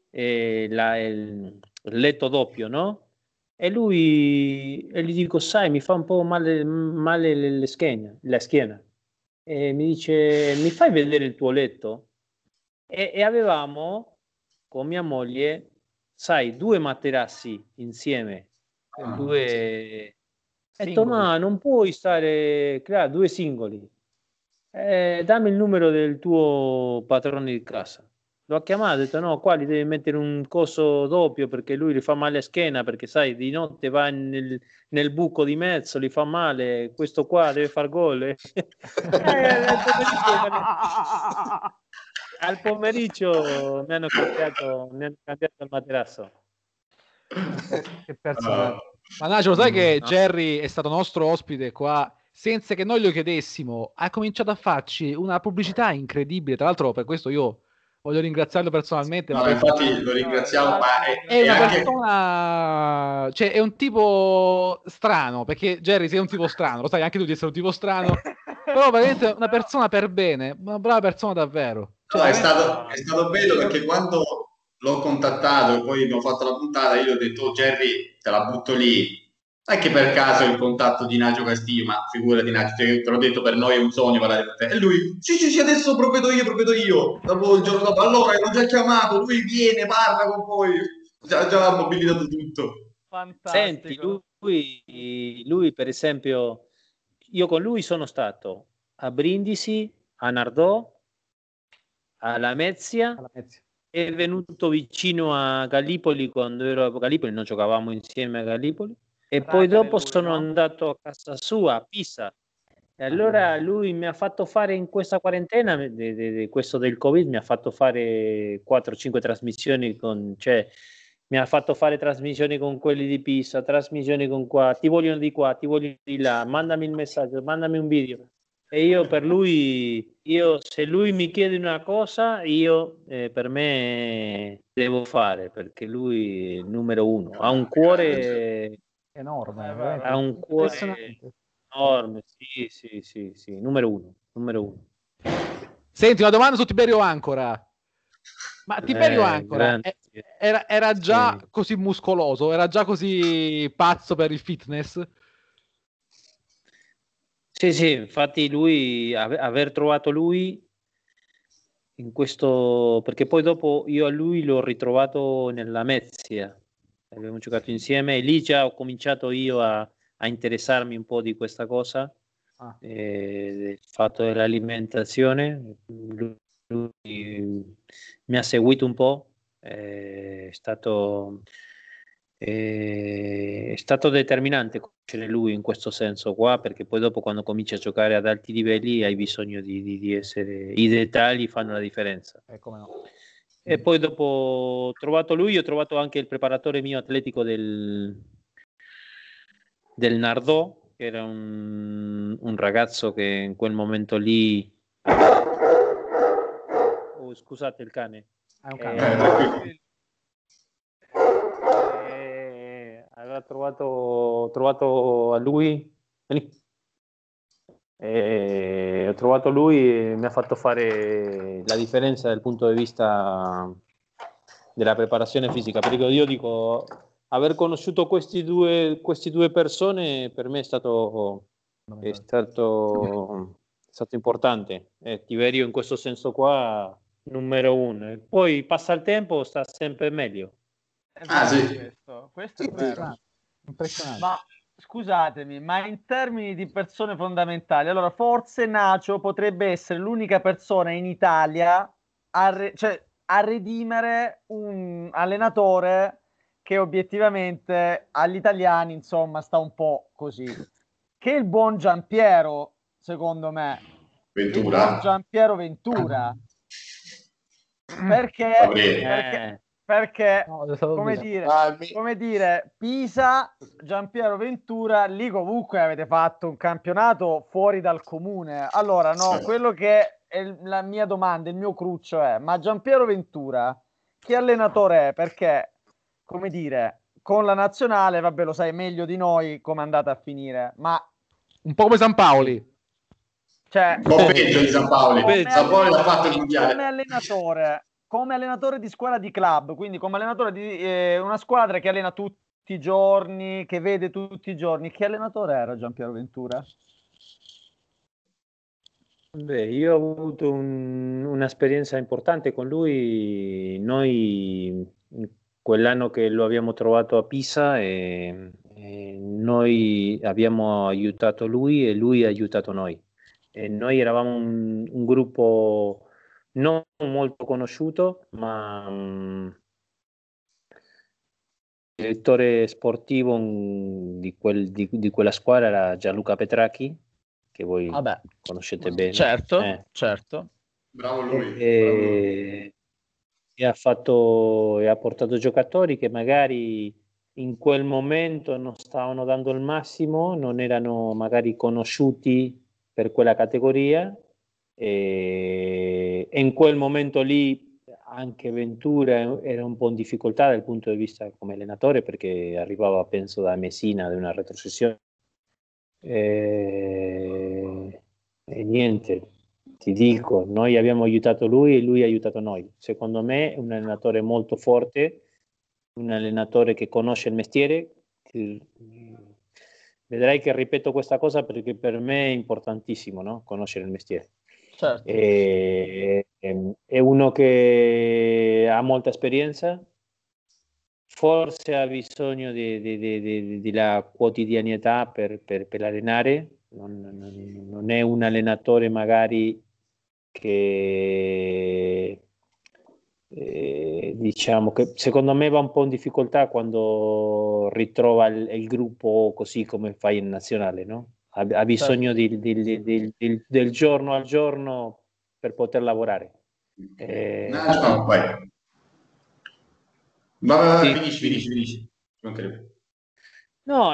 il letto doppio, no? E gli dico, sai, mi fa un po' male la schiena, e mi dice, mi fai vedere il tuo letto? E avevamo con mia moglie, sai, 2 materassi insieme, ho detto, ma non puoi stare, claro, 2 singoli, dammi il numero del tuo padrone di casa. L'ho chiamato, ho detto no, qua gli devi mettere un coso doppio perché lui gli fa male a schiena, perché sai, di notte va nel buco di mezzo, gli fa male, questo qua deve far gol. Al pomeriggio mi hanno cambiato il materasso. Che personaggio. Ma Nacio, lo sai che Jerry è stato nostro ospite qua senza che noi lo chiedessimo? Ha cominciato a farci una pubblicità incredibile, tra l'altro per questo io voglio ringraziarlo personalmente. No, infatti lo ringraziamo, ma è una persona, cioè è un tipo strano, perché Jerry sei un tipo strano, lo sai anche tu di essere un tipo strano, però veramente una persona per bene, una brava persona davvero. Cioè, no, è stato bello perché quando l'ho contattato e poi abbiamo fatto la puntata, io ho detto, Jerry, te la butto lì. Anche per caso il contatto di Nacio Castillo, ma figurati Nacio, te l'ho detto, per noi è un sogno parlare con te. E lui, sì, adesso provvedo io. Dopo il giorno dopo, allora, l'ho già chiamato, lui viene, parla con voi. Già ha mobilitato tutto. Fantastico. Senti, lui per esempio, io con lui sono stato a Brindisi, a Nardò, a Lamezia. È venuto vicino a Gallipoli quando ero a Gallipoli, noi giocavamo insieme a Gallipoli. E poi dopo sono andato a casa sua a Pisa, E allora lui mi ha fatto fare in questa quarantena, questo del Covid, mi ha fatto fare 4-5 trasmissioni cioè mi ha fatto fare trasmissioni con quelli di Pisa, trasmissioni con qua, ti vogliono di qua, ti vogliono di là, mandami il messaggio, mandami un video. E io per lui, se lui mi chiede una cosa, io per me devo fare, perché lui è il numero uno, ha un cuore enorme, ha un cuore enorme, sì, numero uno. Senti, una domanda su Tiberio Ancora. Ma Tiberio Ancora era già così muscoloso, era già così pazzo per il fitness? Sì, infatti aver trovato lui in questo, perché poi dopo io a lui l'ho ritrovato nella Mezzia, abbiamo giocato insieme e lì già ho cominciato io a interessarmi un po' di questa cosa, del fatto dell'alimentazione. Lui mi ha seguito un po', è stato determinante conoscere lui in questo senso qua, perché poi dopo quando cominci a giocare ad alti livelli hai bisogno di essere, i dettagli fanno la differenza. Come no. E poi dopo ho trovato lui, ho trovato anche il preparatore mio atletico del Nardò, che era un ragazzo che in quel momento lì scusate il cane. È un cane. Aveva trovato a lui, ho trovato lui e mi ha fatto fare la differenza dal punto di vista della preparazione fisica, perché io dico, aver conosciuto queste due persone per me è stato importante. Tiberio in questo senso qua numero uno, e poi passa il tempo, sta sempre meglio. Sì. Questo è vero. Impressionante. Ma scusatemi, ma in termini di persone fondamentali, allora forse Nacho potrebbe essere l'unica persona in Italia a redimere un allenatore che obiettivamente agli italiani, insomma, sta un po' così. Che il buon Giampiero, secondo me. Ventura. Il buon Giampiero Ventura. Perché come dire, Pisa, Giampiero Ventura, lì comunque avete fatto un campionato fuori dal comune. Allora, no, quello che è la mia domanda, il mio cruccio è, ma Giampiero Ventura, che allenatore è? Perché, come dire, con la nazionale, vabbè, lo sai meglio di noi come è andata a finire, ma... Un po' come Sampaoli. Cioè, un po' peggio di Sampaoli. Sampaoli l'ha fatto il mondiale. Come allenatore di squadra di club, quindi come allenatore di una squadra che allena tutti i giorni, che vede tutti i giorni, che allenatore era Giampiero Ventura? Beh, io ho avuto un'esperienza importante con lui. Noi quell'anno che lo abbiamo trovato a Pisa noi abbiamo aiutato lui e lui ha aiutato noi. E noi eravamo un gruppo non molto conosciuto, ma il direttore sportivo di quella squadra era Gianluca Petracchi, che voi conoscete bene. Certo. Bravo lui. E ha portato giocatori che magari in quel momento non stavano dando il massimo, non erano magari conosciuti per quella categoria, e in quel momento lì anche Ventura era un po' in difficoltà dal punto di vista come allenatore, perché arrivava, penso, da Messina, di una retrocessione. E niente, ti dico, noi abbiamo aiutato lui e lui ha aiutato noi. Secondo me è un allenatore molto forte, un allenatore che conosce il mestiere. Vedrai che ripeto questa cosa perché per me è importantissimo, no? Conoscere il mestiere. Certo. È uno che ha molta esperienza, forse ha bisogno della quotidianità per allenare. Non è un allenatore magari che diciamo che secondo me va un po' in difficoltà quando ritrova il gruppo così come fai in nazionale, no? ha bisogno del giorno al giorno per poter lavorare. Vai. Vai, finisci. No,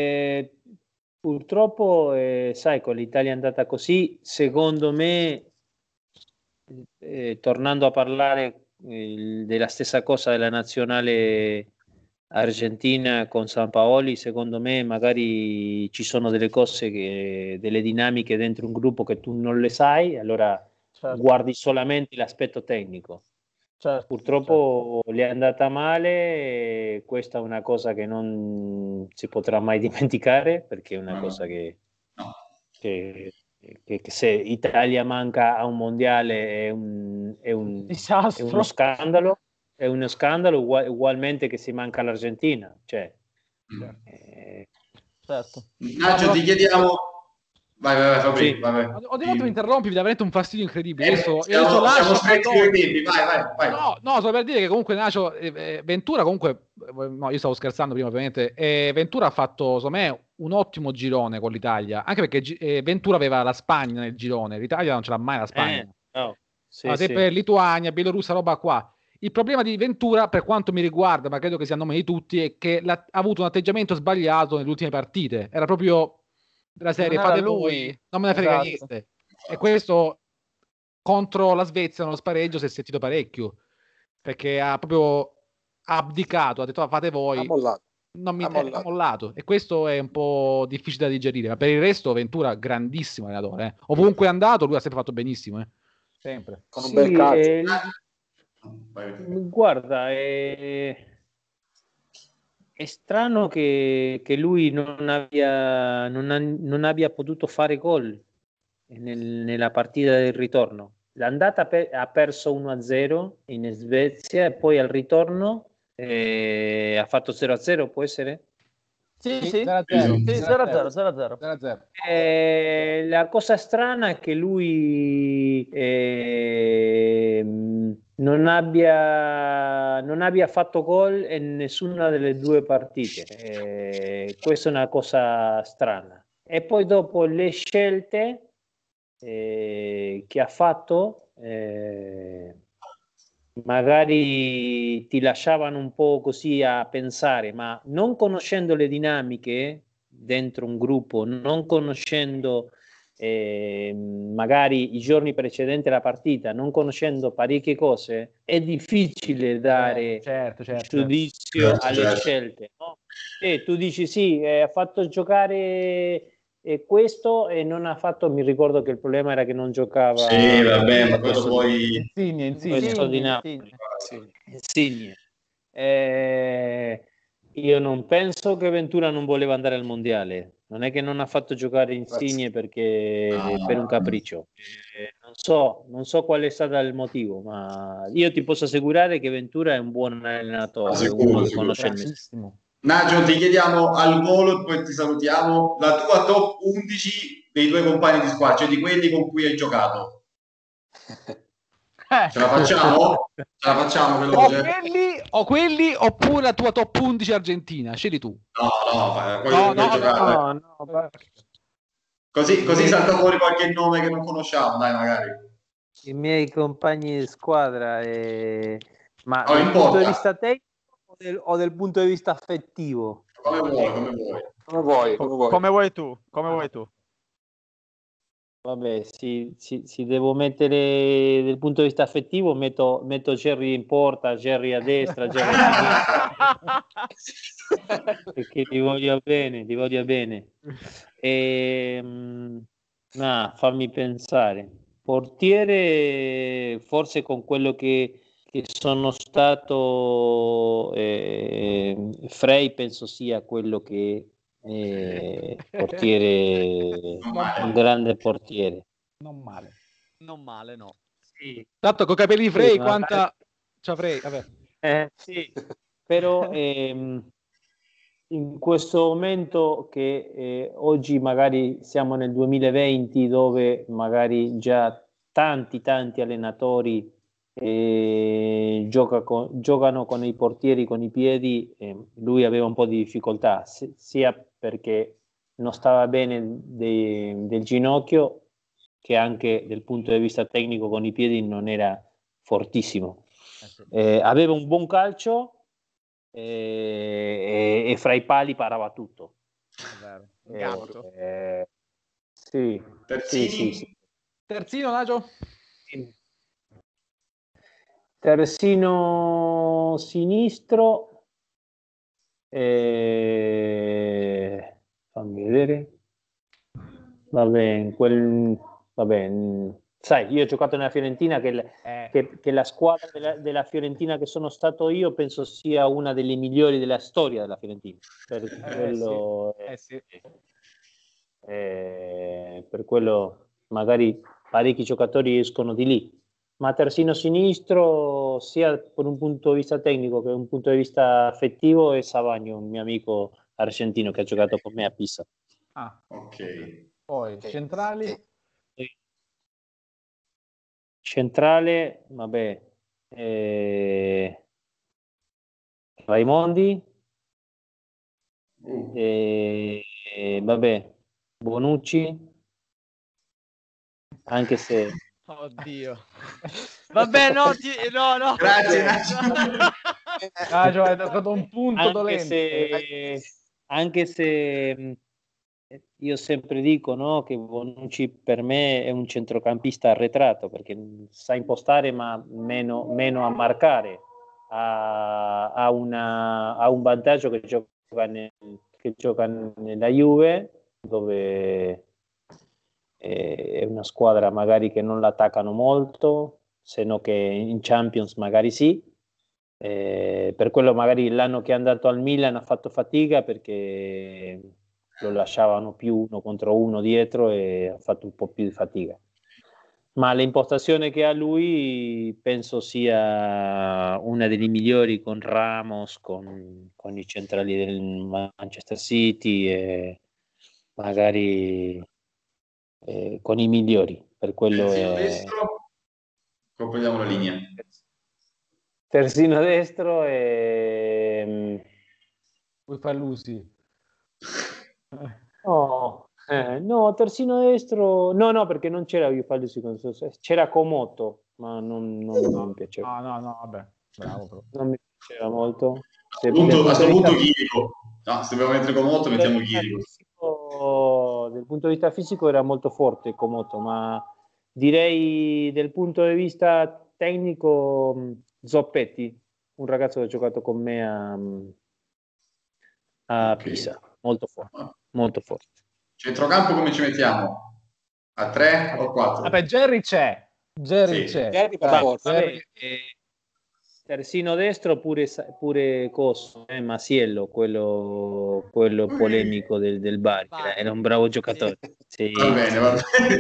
purtroppo, sai, con l'Italia è andata così. Secondo me, tornando a parlare della stessa cosa della nazionale argentina con Sampaoli, secondo me magari ci sono delle cose, delle dinamiche dentro un gruppo che tu non le sai, allora guardi solamente l'aspetto tecnico. Purtroppo gli è andata male, e questa è una cosa che non si potrà mai dimenticare, perché è una cosa che se Italia manca a un mondiale è uno scandalo. È uno scandalo, ugualmente che si manca all'Argentina. Cioè, certo. Nacho, ti chiediamo. Vai, Fabri. Ogni volta mi interrompi, mi dà veramente un fastidio incredibile. Siamo stretti coi tempi, vai. No, solo per dire che comunque Nacho, Ventura comunque, no, io stavo scherzando prima ovviamente, Ventura ha fatto, secondo me, un ottimo girone con l'Italia, anche perché Ventura aveva la Spagna nel girone, l'Italia non ce l'ha mai la Spagna. Sempre Lituania, Bielorussia, roba qua. Il problema di Ventura, per quanto mi riguarda, ma credo che sia a nome di tutti, è che ha avuto un atteggiamento sbagliato nelle ultime partite. Era proprio della serie, fate voi, non me ne frega niente. E questo contro la Svezia nello spareggio si è sentito parecchio, perché ha proprio abdicato, ha detto fate voi, ha mollato. E questo è un po' difficile da digerire, ma per il resto Ventura grandissimo allenatore, ovunque è andato lui ha sempre fatto benissimo, sempre con un bel calcio. Guarda, è strano che lui non abbia potuto fare gol nella partita del ritorno. L'andata ha perso 1-0 in Svezia e poi al ritorno ha fatto 0-0, può essere? Sì, 0-0. La cosa strana è che lui non abbia fatto gol in nessuna delle due partite. Questa è una cosa strana. E poi dopo le scelte che ha fatto magari ti lasciavano un po' così a pensare, ma non conoscendo le dinamiche dentro un gruppo, non conoscendo magari i giorni precedenti alla partita, non conoscendo parecchie cose, è difficile dare giudizio alle scelte, no? E tu dici sì, ha fatto giocare questo e non ha fatto, mi ricordo che il problema era che non giocava ma quello poi Insigne. Io non penso che Ventura non voleva andare al mondiale, non è che non ha fatto giocare Insigne perché per un capriccio, non so qual è stato il motivo, ma io ti posso assicurare che Ventura è un buon allenatore, uno che conosce il mestiere. Nacho, ti chiediamo al volo e poi ti salutiamo la tua top 11 dei tuoi compagni di squadra, cioè di quelli con cui hai giocato. Ce la facciamo? O quelli oppure la tua top 11 argentina, scegli tu. No. Così salta fuori qualche nome che non conosciamo, dai, magari. I miei compagni di squadra, ma dal punto di vista tecnico o dal punto di vista affettivo? Come vuoi tu. Vabbè, si devo mettere dal punto di vista affettivo, metto Jerry in porta, Jerry a destra, Jerry a sinistra, perché ti voglio bene. Fammi pensare. Portiere, forse con quello che sono stato, Frey penso sia quello che portiere, un grande portiere. Non male, no. Sì. Tanto con capelli Frey, quanta c'ha Frey, vabbè. Sì, però in questo momento che oggi magari siamo nel 2020, dove magari già tanti allenatori giocano con i portieri con i piedi, lui aveva un po' di difficoltà, sia perché non stava bene del ginocchio, che anche dal punto di vista tecnico con i piedi non era fortissimo. Aveva un buon calcio e fra i pali parava tutto. È vero. Gatto. Sì. Sì. Terzino, Nagio? Terzino sinistro, fammi vedere. Sai, io ho giocato nella Fiorentina, che la squadra della Fiorentina che sono stato io penso sia una delle migliori della storia della Fiorentina. Per quello magari parecchi giocatori escono di lì. Ma terzino sinistro, sia per un punto di vista tecnico che un punto di vista affettivo, è Savagno, un mio amico argentino che ha giocato con me a Pisa. Ok. Poi centrali? Centrale, Raimondi, Bonucci, anche se... Oddio. Vabbè, no. Grazie, Nagio, hai toccato un punto dolente. Anche se io sempre dico, no, che Bonucci per me è un centrocampista arretrato, perché sa impostare ma meno a marcare, ha un vantaggio che gioca nella Juve, dove è una squadra magari che non l'attaccano molto, se no che in Champions magari sì. Per quello magari l'anno che è andato al Milan ha fatto fatica, perché lo lasciavano più 1 contro 1 dietro e ha fatto un po' più di fatica. Ma l'impostazione che ha lui penso sia una delle migliori, con Ramos, con i centrali del Manchester City e magari con i migliori. Per quello destro, comprendiamo la linea. Terzino destro e Vuoi farlusi? No, terzino destro no, perché non c'era Iufallusi, c'era Comoto, ma non mi piaceva. No, vabbè, bravo però. Non mi piaceva molto. A questo punto Chirico. No, se dobbiamo mettere Comoto mettiamo Chirico. Dal punto di vista fisico era molto forte Comoto, ma direi dal punto di vista tecnico Zoppetti, un ragazzo che ha giocato con me a Pisa, molto forte. Centrocampo come ci mettiamo? A 3 o 4? Vabbè, Jerry c'è. Jerry per forza. Terzino destro pure Cosso, Masiello, quello polemico del Bari, era un bravo giocatore. Sì. Va bene.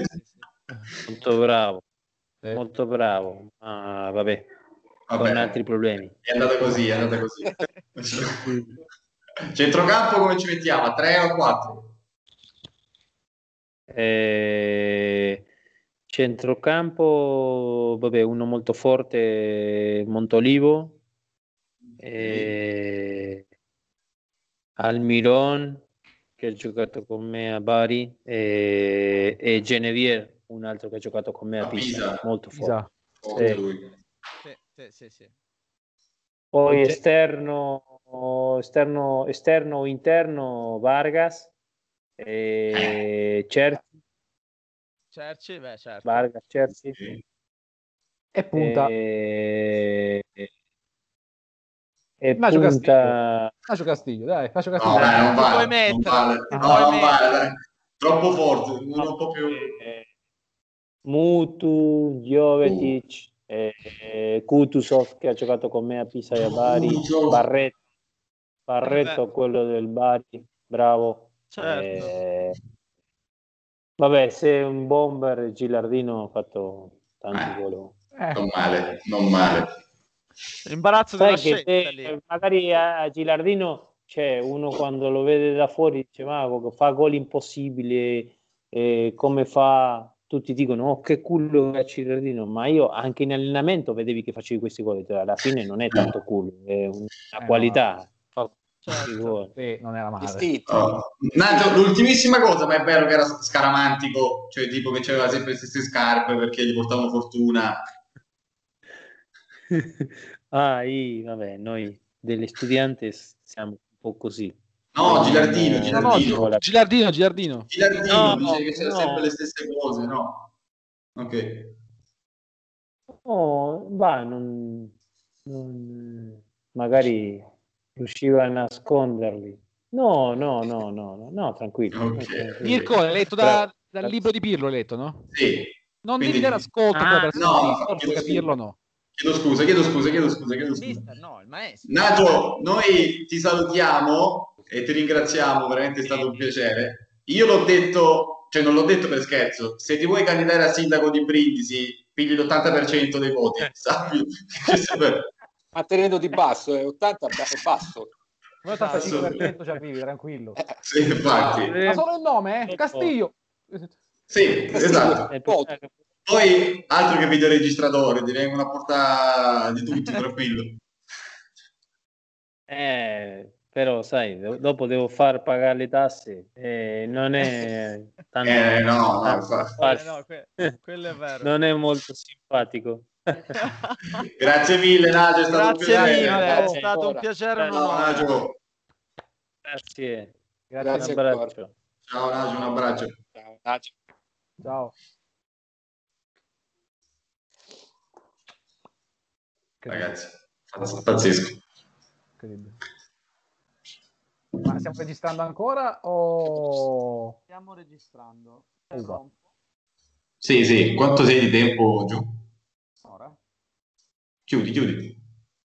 Molto bravo, ma vabbè, con altri problemi. È andata così. Centrocampo come ci mettiamo? A 3 o 4? Centrocampo, uno molto forte, Montolivo, Almiron, che ha giocato con me a Bari, e Genevier, un altro che ha giocato con me a Pisa. Molto forte. Sì. Poi esterno o interno Vargas, Cerci, certo. Vargas, Cerci, e punta. Nacio Castiglio, dai, Nacio Castiglio. No, non vale, dai. Troppo forte, uno un po' più. Mutu, Jovetic, Kutusov, che ha giocato con me a Pisa e a Bari, Barretto, quello del Bari, bravo. Certo. Vabbè, se è un bomber, Gilardino ha fatto tanti gol. Non male. Imbarazzo della scelta lì. Magari a Gilardino c'è uno, quando lo vede da fuori dice: ma fa gol impossibili, come fa? Tutti dicono: oh, che culo a Gilardino, ma io anche in allenamento vedevi che facevi questi gol, alla fine non è tanto culo, è una qualità. Certo. Non era male. L'ultimissima cosa, ma è vero che era scaramantico, cioè tipo che c'aveva sempre le stesse scarpe perché gli portavano fortuna. Vabbè, noi degli studianti siamo un po' così. No, Gilardino. Gilardino. Dice che c'era sempre le stesse cose, no? Ok. Magari riusciva a nasconderli. No, tranquillo. Okay. Tranquillo. Mirko, hai letto dal libro di Pirlo, hai letto, no? Sì. Non devi dare ascolto a quella persona, capirlo, no. Chiedo scusa. Mister, no, il maestro. Nato, noi ti salutiamo e ti ringraziamo, veramente è stato un piacere. Io l'ho detto, cioè non l'ho detto per scherzo, se ti vuoi candidare a sindaco di Brindisi, pigli l'80% dei voti, sappi. Ma tenendo di basso, 80 è basso. 85% ci arrivi, tranquillo. Sì, infatti. Ma solo il nome, Castillo. Sì, esatto. Poi altro che videoregistratore, ti vengono a portare di tutti, tranquillo. Però sai, dopo devo far pagare le tasse, non è tanto quello è vero. Non è molto simpatico. Grazie mille, Nato, è stato un piacere. È stato un piacere. Grazie. Grazie. Un abbraccio. Ciao Nacio, un abbraccio. Ciao Nacio. Ciao. Ragazzi, pazzesco. Ma stiamo registrando ancora o... Stiamo registrando. Sì, quanto sei di tempo giù? Ora? Chiudi.